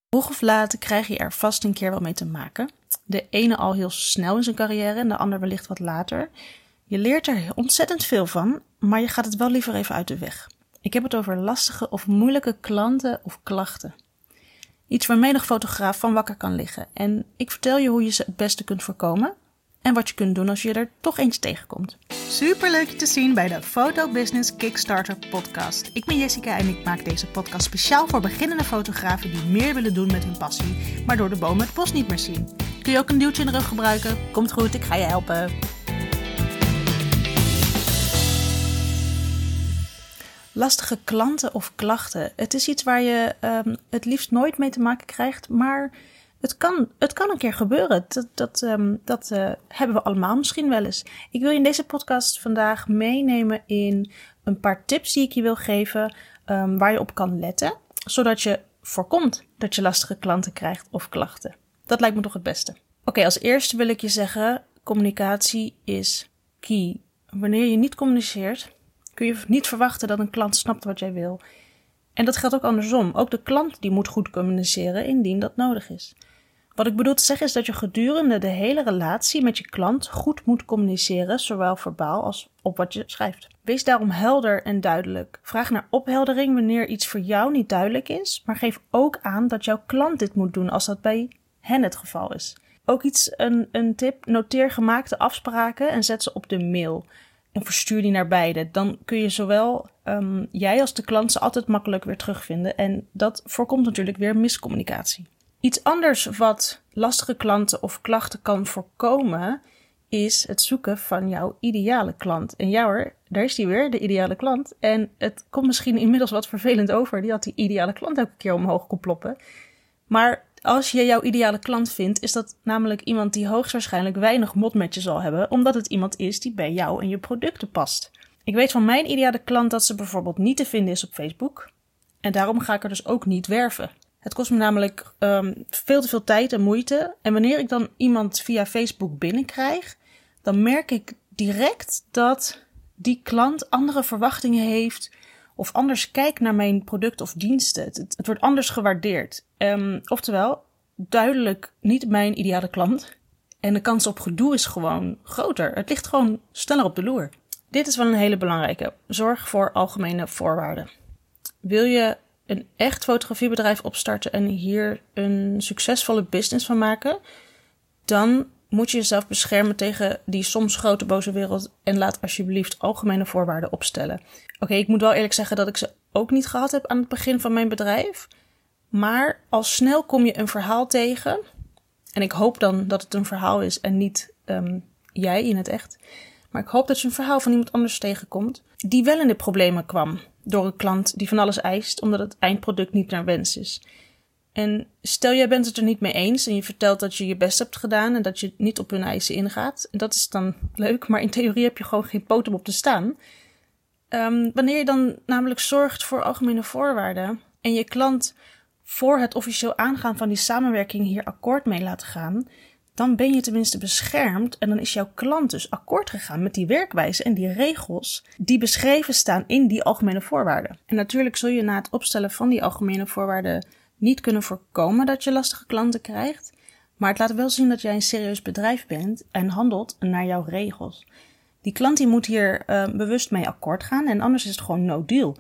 Vroeg of laat krijg je er vast een keer wel mee te maken. De ene al heel snel in zijn carrière en de ander wellicht wat later. Je leert er ontzettend veel van, maar je gaat het wel liever even uit de weg. Ik heb het over lastige of moeilijke klanten of klachten. Iets waar menig fotograaf van wakker kan liggen. En ik vertel je hoe je ze het beste kunt voorkomen en wat je kunt doen als je er toch eens tegenkomt. Super leuk je te zien bij de Photo Business Kickstarter podcast. Ik ben Jessica en ik maak deze podcast speciaal voor beginnende fotografen die meer willen doen met hun passie, maar door de bomen het bos niet meer zien. Kun je ook een duwtje in de rug gebruiken? Komt goed, ik ga je helpen. Lastige klanten of klachten. Het is iets waar je het liefst nooit mee te maken krijgt, maar het kan een keer gebeuren. Dat hebben we allemaal misschien wel eens. Ik wil je in deze podcast vandaag meenemen in een paar tips die ik je wil geven waar je op kan letten, zodat je voorkomt dat je lastige klanten krijgt of klachten. Dat lijkt me toch het beste. Oké, als eerste wil ik je zeggen, communicatie is key. Wanneer je niet communiceert, kun je niet verwachten dat een klant snapt wat jij wil. En dat geldt ook andersom. Ook de klant die moet goed communiceren indien dat nodig is. Wat ik bedoel te zeggen is dat je gedurende de hele relatie met je klant goed moet communiceren, zowel verbaal als op wat je schrijft. Wees daarom helder en duidelijk. Vraag naar opheldering wanneer iets voor jou niet duidelijk is, maar geef ook aan dat jouw klant dit moet doen als dat bij hen het geval is. Ook een tip, noteer gemaakte afspraken en zet ze op de mail. En verstuur die naar beide. Dan kun je zowel jij als de klant ze altijd makkelijk weer terugvinden. En dat voorkomt natuurlijk weer miscommunicatie. Iets anders wat lastige klanten of klachten kan voorkomen, is het zoeken van jouw ideale klant. En ja hoor, daar is die weer, de ideale klant. En het komt misschien inmiddels wat vervelend over, die ideale klant elke keer omhoog kon ploppen. Maar als je jouw ideale klant vindt, is dat namelijk iemand die hoogstwaarschijnlijk weinig mot met je zal hebben, omdat het iemand is die bij jou en je producten past. Ik weet van mijn ideale klant dat ze bijvoorbeeld niet te vinden is op Facebook. En daarom ga ik er dus ook niet werven. Het kost me namelijk veel te veel tijd en moeite. En wanneer ik dan iemand via Facebook binnenkrijg, dan merk ik direct dat die klant andere verwachtingen heeft of anders kijkt naar mijn product of diensten. Het wordt anders gewaardeerd. Oftewel, duidelijk niet mijn ideale klant. En de kans op gedoe is gewoon groter. Het ligt gewoon sneller op de loer. Dit is wel een hele belangrijke. Zorg voor algemene voorwaarden. Wil je een echt fotografiebedrijf opstarten en hier een succesvolle business van maken, dan moet je jezelf beschermen tegen die soms grote boze wereld en laat alsjeblieft algemene voorwaarden opstellen. Oké, ik moet wel eerlijk zeggen dat ik ze ook niet gehad heb aan het begin van mijn bedrijf, maar al snel kom je een verhaal tegen, en ik hoop dan dat het een verhaal is en niet jij in het echt, maar ik hoop dat je een verhaal van iemand anders tegenkomt die wel in de problemen kwam door een klant die van alles eist omdat het eindproduct niet naar wens is. En stel jij bent het er niet mee eens en je vertelt dat je je best hebt gedaan en dat je niet op hun eisen ingaat. En dat is dan leuk, maar in theorie heb je gewoon geen poot om op te staan. Wanneer je dan namelijk zorgt voor algemene voorwaarden en je klant voor het officieel aangaan van die samenwerking hier akkoord mee laat gaan, dan ben je tenminste beschermd en dan is jouw klant dus akkoord gegaan met die werkwijze en die regels die beschreven staan in die algemene voorwaarden. En natuurlijk zul je na het opstellen van die algemene voorwaarden niet kunnen voorkomen dat je lastige klanten krijgt, maar het laat wel zien dat jij een serieus bedrijf bent en handelt naar jouw regels. Die klant die moet hier bewust mee akkoord gaan en anders is het gewoon no deal.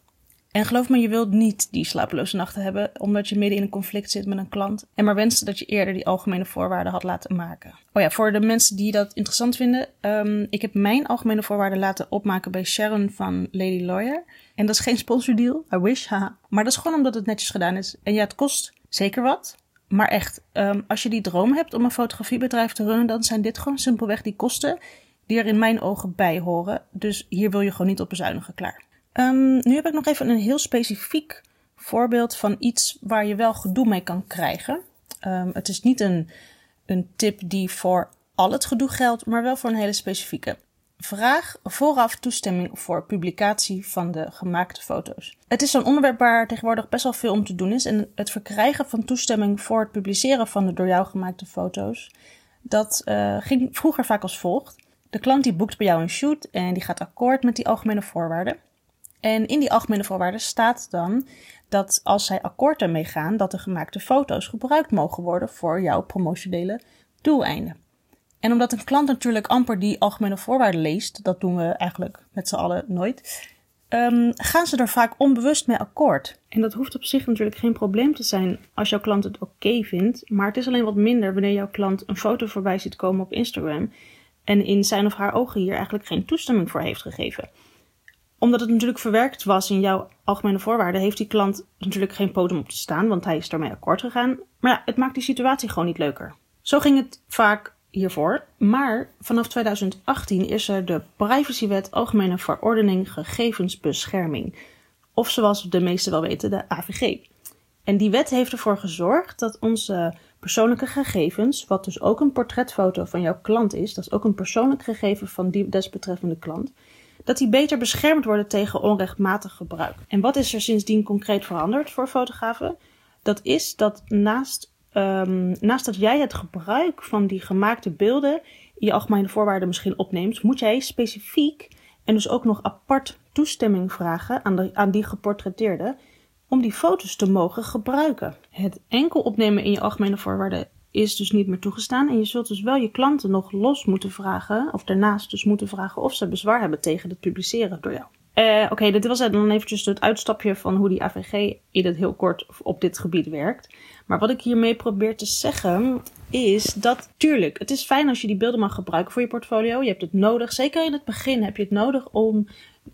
En geloof me, je wilt niet die slapeloze nachten hebben omdat je midden in een conflict zit met een klant en maar wenste dat je eerder die algemene voorwaarden had laten maken. Oh ja, voor de mensen die dat interessant vinden, ik heb mijn algemene voorwaarden laten opmaken bij Sharon van Lady Lawyer. En dat is geen sponsordeal, I wish, haha. Maar dat is gewoon omdat het netjes gedaan is. En ja, het kost zeker wat, maar echt, als je die droom hebt om een fotografiebedrijf te runnen, dan zijn dit gewoon simpelweg die kosten die er in mijn ogen bij horen. Dus hier wil je gewoon niet op bezuinigen, klaar. Nu heb ik nog even een heel specifiek voorbeeld van iets waar je wel gedoe mee kan krijgen. Het is niet een tip die voor al het gedoe geldt, maar wel voor een hele specifieke. Vraag vooraf toestemming voor publicatie van de gemaakte foto's. Het is zo'n onderwerp waar tegenwoordig best wel veel om te doen is. En het verkrijgen van toestemming voor het publiceren van de door jou gemaakte foto's, dat ging vroeger vaak als volgt. De klant die boekt bij jou een shoot en die gaat akkoord met die algemene voorwaarden. En in die algemene voorwaarden staat dan dat als zij akkoord ermee gaan, dat de gemaakte foto's gebruikt mogen worden voor jouw promotionele doeleinden. En omdat een klant natuurlijk amper die algemene voorwaarden leest, dat doen we eigenlijk met z'n allen nooit, gaan ze er vaak onbewust mee akkoord. En dat hoeft op zich natuurlijk geen probleem te zijn als jouw klant het oké vindt, maar het is alleen wat minder wanneer jouw klant een foto voorbij ziet komen op Instagram en in zijn of haar ogen hier eigenlijk geen toestemming voor heeft gegeven. Omdat het natuurlijk verwerkt was in jouw algemene voorwaarden, heeft die klant natuurlijk geen podium op te staan, want hij is ermee akkoord gegaan. Maar ja, het maakt die situatie gewoon niet leuker. Zo ging het vaak hiervoor, maar vanaf 2018 is er de Privacywet Algemene Verordening Gegevensbescherming. Of zoals de meesten wel weten, de AVG. En die wet heeft ervoor gezorgd dat onze persoonlijke gegevens, wat dus ook een portretfoto van jouw klant is, dat is ook een persoonlijk gegeven van die desbetreffende klant, dat die beter beschermd worden tegen onrechtmatig gebruik. En wat is er sindsdien concreet veranderd voor fotografen? Dat is dat naast dat jij het gebruik van die gemaakte beelden in je algemene voorwaarden misschien opneemt, moet jij specifiek en dus ook nog apart toestemming vragen aan die geportretteerde om die foto's te mogen gebruiken. Het enkel opnemen in je algemene voorwaarden is dus niet meer toegestaan en je zult dus wel je klanten nog los moeten vragen, of daarnaast dus moeten vragen of ze bezwaar hebben tegen het publiceren door jou. Oké, dit was dan eventjes het uitstapje van hoe die AVG in het heel kort op dit gebied werkt. Maar wat ik hiermee probeer te zeggen is dat, tuurlijk, het is fijn als je die beelden mag gebruiken voor je portfolio. Je hebt het nodig, zeker in het begin heb je het nodig om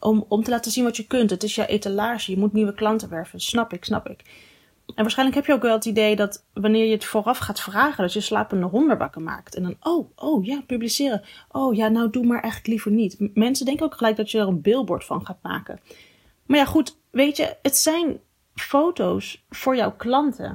te laten zien wat je kunt. Het is jouw etalage, je moet nieuwe klanten werven, snap ik. En waarschijnlijk heb je ook wel het idee dat wanneer je het vooraf gaat vragen, dat je slapende honden wakker maakt. En dan, oh ja, publiceren. Oh ja, nou doe maar eigenlijk liever niet. Mensen denken ook gelijk dat je er een billboard van gaat maken. Maar ja, goed, weet je, het zijn foto's voor jouw klanten.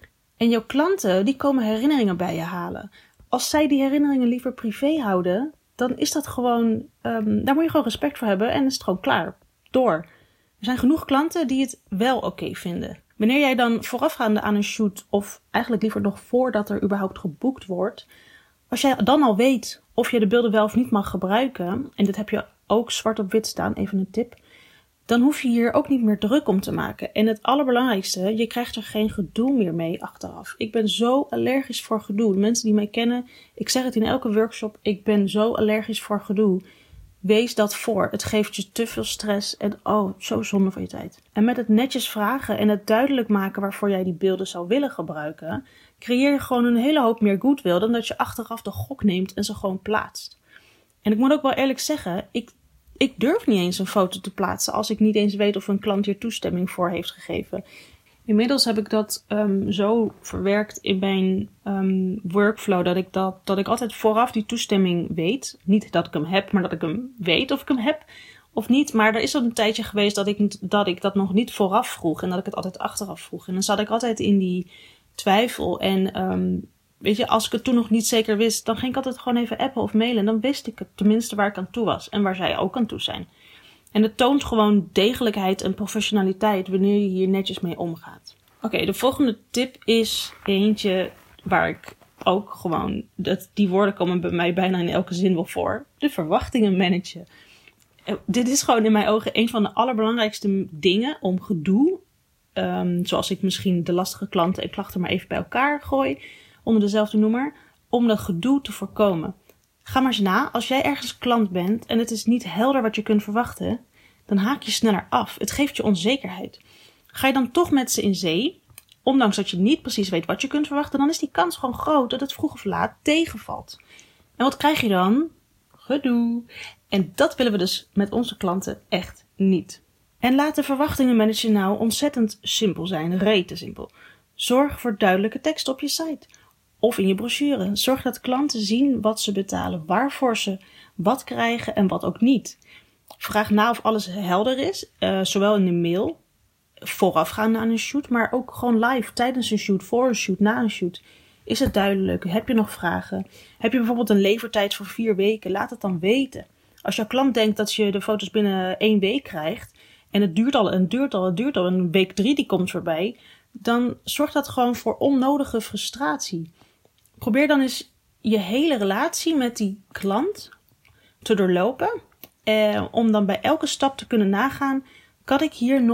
En jouw klanten, die komen herinneringen bij je halen. Als zij die herinneringen liever privé houden, dan is dat gewoon, daar moet je gewoon respect voor hebben en is het gewoon klaar. Door. Er zijn genoeg klanten die het wel oké vinden. Wanneer jij dan voorafgaande aan een shoot, of eigenlijk liever nog voordat er überhaupt geboekt wordt, als jij dan al weet of je de beelden wel of niet mag gebruiken, en dit heb je ook zwart op wit staan, even een tip, dan hoef je hier ook niet meer druk om te maken. En het allerbelangrijkste, je krijgt er geen gedoe meer mee achteraf. Ik ben zo allergisch voor gedoe. Mensen die mij kennen, ik zeg het in elke workshop, ik ben zo allergisch voor gedoe. Wees dat voor. Het geeft je te veel stress en zo zonde van je tijd. En met het netjes vragen en het duidelijk maken waarvoor jij die beelden zou willen gebruiken, creëer je gewoon een hele hoop meer goodwill dan dat je achteraf de gok neemt en ze gewoon plaatst. En ik moet ook wel eerlijk zeggen, ik durf niet eens een foto te plaatsen als ik niet eens weet of een klant hier toestemming voor heeft gegeven. Inmiddels heb ik dat zo verwerkt in mijn workflow dat ik altijd vooraf die toestemming weet. Niet dat ik hem heb, maar dat ik hem weet of ik hem heb of niet. Maar er is al een tijdje geweest dat ik dat nog niet vooraf vroeg en dat ik het altijd achteraf vroeg. En dan zat ik altijd in die twijfel en weet je, als ik het toen nog niet zeker wist, dan ging ik altijd gewoon even appen of mailen. En dan wist ik het tenminste waar ik aan toe was en waar zij ook aan toe zijn. En het toont gewoon degelijkheid en professionaliteit wanneer je hier netjes mee omgaat. Oké, de volgende tip is eentje waar ik ook gewoon, die woorden komen bij mij bijna in elke zin wel voor. De verwachtingen managen. Dit is gewoon in mijn ogen een van de allerbelangrijkste dingen om gedoe, zoals ik misschien de lastige klanten en klachten maar even bij elkaar gooi, onder dezelfde noemer, om dat gedoe te voorkomen. Ga maar eens na, als jij ergens klant bent en het is niet helder wat je kunt verwachten, dan haak je sneller af. Het geeft je onzekerheid. Ga je dan toch met ze in zee, ondanks dat je niet precies weet wat je kunt verwachten, dan is die kans gewoon groot dat het vroeg of laat tegenvalt. En wat krijg je dan? Gedoe. En dat willen we dus met onze klanten echt niet. En laat de verwachtingen managen nou ontzettend simpel zijn, rete simpel. Zorg voor duidelijke tekst op je site. Of in je brochure. Zorg dat klanten zien wat ze betalen, waarvoor ze wat krijgen en wat ook niet. Vraag na of alles helder is, zowel in de mail, voorafgaande aan een shoot, maar ook gewoon live, tijdens een shoot, voor een shoot, na een shoot. Is het duidelijk? Heb je nog vragen? Heb je bijvoorbeeld een levertijd voor 4 weken? Laat het dan weten. Als jouw klant denkt dat je de foto's binnen 1 week krijgt, en het duurt al, en week 3 die komt voorbij, dan zorgt dat gewoon voor onnodige frustratie. Probeer dan eens je hele relatie met die klant te doorlopen. Om dan bij elke stap te kunnen nagaan, kan ik hier nog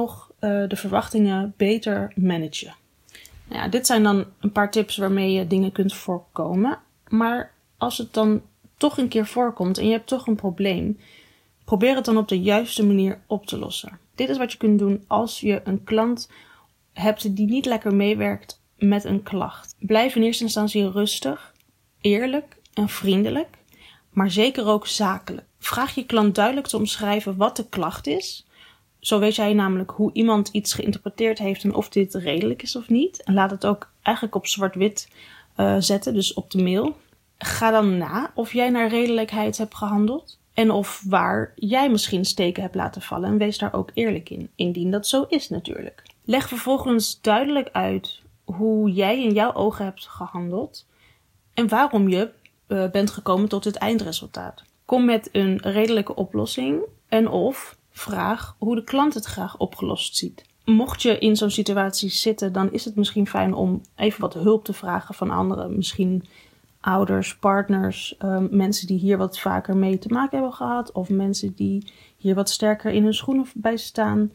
de verwachtingen beter managen. Nou ja, dit zijn dan een paar tips waarmee je dingen kunt voorkomen. Maar als het dan toch een keer voorkomt en je hebt toch een probleem, probeer het dan op de juiste manier op te lossen. Dit is wat je kunt doen als je een klant hebt die niet lekker meewerkt met een klacht. Blijf in eerste instantie rustig, eerlijk en vriendelijk, maar zeker ook zakelijk. Vraag je klant duidelijk te omschrijven wat de klacht is. Zo weet jij namelijk hoe iemand iets geïnterpreteerd heeft en of dit redelijk is of niet. En laat het ook eigenlijk op zwart-wit zetten, dus op de mail. Ga dan na of jij naar redelijkheid hebt gehandeld en of waar jij misschien steken hebt laten vallen en wees daar ook eerlijk in, indien dat zo is natuurlijk. Leg vervolgens duidelijk uit hoe jij in jouw ogen hebt gehandeld en waarom je bent gekomen tot het eindresultaat. Kom met een redelijke oplossing en of vraag hoe de klant het graag opgelost ziet. Mocht je in zo'n situatie zitten, dan is het misschien fijn om even wat hulp te vragen van anderen. Misschien ouders, partners, mensen die hier wat vaker mee te maken hebben gehad. Of mensen die hier wat sterker in hun schoenen bij staan.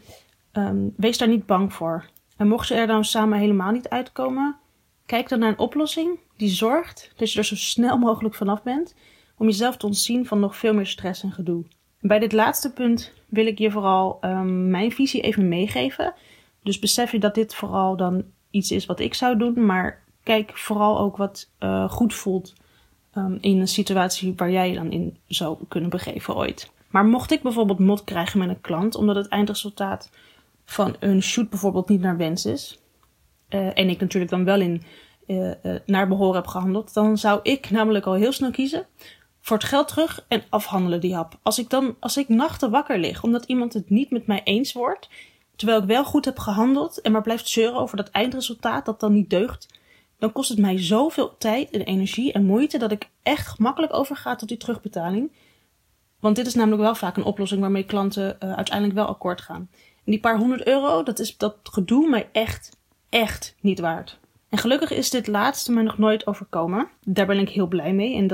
Wees daar niet bang voor. En mocht je er dan samen helemaal niet uitkomen, kijk dan naar een oplossing die zorgt dat je er zo snel mogelijk vanaf bent. Om jezelf te ontzien van nog veel meer stress en gedoe. Bij dit laatste punt wil ik je vooral mijn visie even meegeven. Dus besef je dat dit vooral dan iets is wat ik zou doen. Maar kijk vooral ook wat goed voelt in een situatie waar jij je dan in zou kunnen begeven ooit. Maar mocht ik bijvoorbeeld mot krijgen met een klant, omdat het eindresultaat van een shoot bijvoorbeeld niet naar wens is. En ik natuurlijk dan wel naar behoren heb gehandeld. Dan zou ik namelijk al heel snel kiezen voor het geld terug en afhandelen die hap. Als ik nachten wakker lig omdat iemand het niet met mij eens wordt, terwijl ik wel goed heb gehandeld en maar blijft zeuren over dat eindresultaat dat dan niet deugt, dan kost het mij zoveel tijd en energie en moeite dat ik echt gemakkelijk overga tot die terugbetaling. Want dit is namelijk wel vaak een oplossing waarmee klanten uiteindelijk wel akkoord gaan. En die paar €100, dat gedoe mij echt niet waard. En gelukkig is dit laatste mij nog nooit overkomen. Daar ben ik heel blij mee. En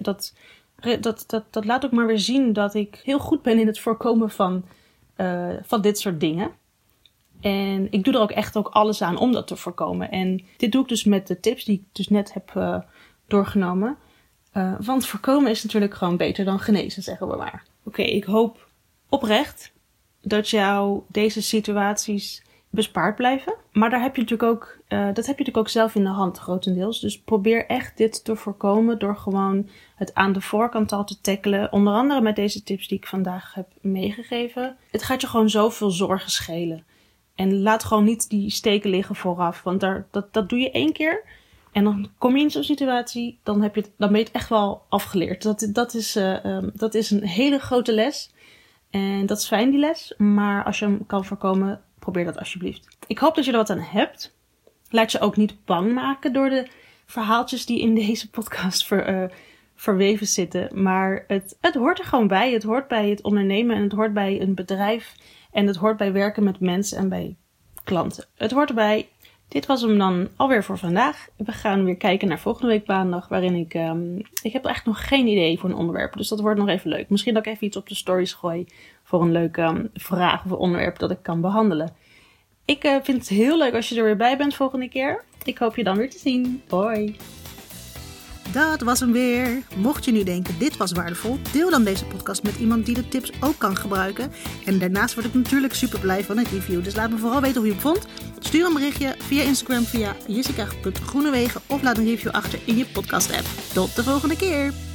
dat laat ook maar weer zien dat ik heel goed ben in het voorkomen van dit soort dingen. En ik doe er ook echt alles aan om dat te voorkomen. En dit doe ik dus met de tips die ik dus net heb doorgenomen. Want voorkomen is natuurlijk gewoon beter dan genezen, zeggen we maar. Oké, ik hoop oprecht dat jou deze situaties bespaard blijven. Maar daar heb je natuurlijk ook, dat heb je natuurlijk ook zelf in de hand, grotendeels. Dus probeer echt dit te voorkomen door gewoon het aan de voorkant al te tackelen. Onder andere met deze tips die ik vandaag heb meegegeven. Het gaat je gewoon zoveel zorgen schelen. En laat gewoon niet die steken liggen vooraf. Want dat doe je 1 keer. En dan kom je in zo'n situatie, dan ben je het echt wel afgeleerd. Dat is een hele grote les. En dat is fijn, die les. Maar als je hem kan voorkomen, probeer dat alsjeblieft. Ik hoop dat je er wat aan hebt. Laat je ook niet bang maken door de verhaaltjes die in deze podcast verweven zitten. Maar het hoort er gewoon bij. Het hoort bij het ondernemen en het hoort bij een bedrijf. En het hoort bij werken met mensen en bij klanten. Het hoort erbij. Dit was hem dan alweer voor vandaag. We gaan weer kijken naar volgende week maandag. Waarin ik heb eigenlijk nog geen idee voor een onderwerp. Dus dat wordt nog even leuk. Misschien dat ik even iets op de stories gooi voor een leuke vraag of een onderwerp dat ik kan behandelen. Ik vind het heel leuk als je er weer bij bent volgende keer. Ik hoop je dan weer te zien. Hoi! Dat was hem weer. Mocht je nu denken, dit was waardevol, deel dan deze podcast met iemand die de tips ook kan gebruiken. En daarnaast word ik natuurlijk super blij van een review. Dus laat me vooral weten hoe je het vond. Stuur een berichtje via Instagram via jessica.groenewegen of laat een review achter in je podcast app. Tot de volgende keer!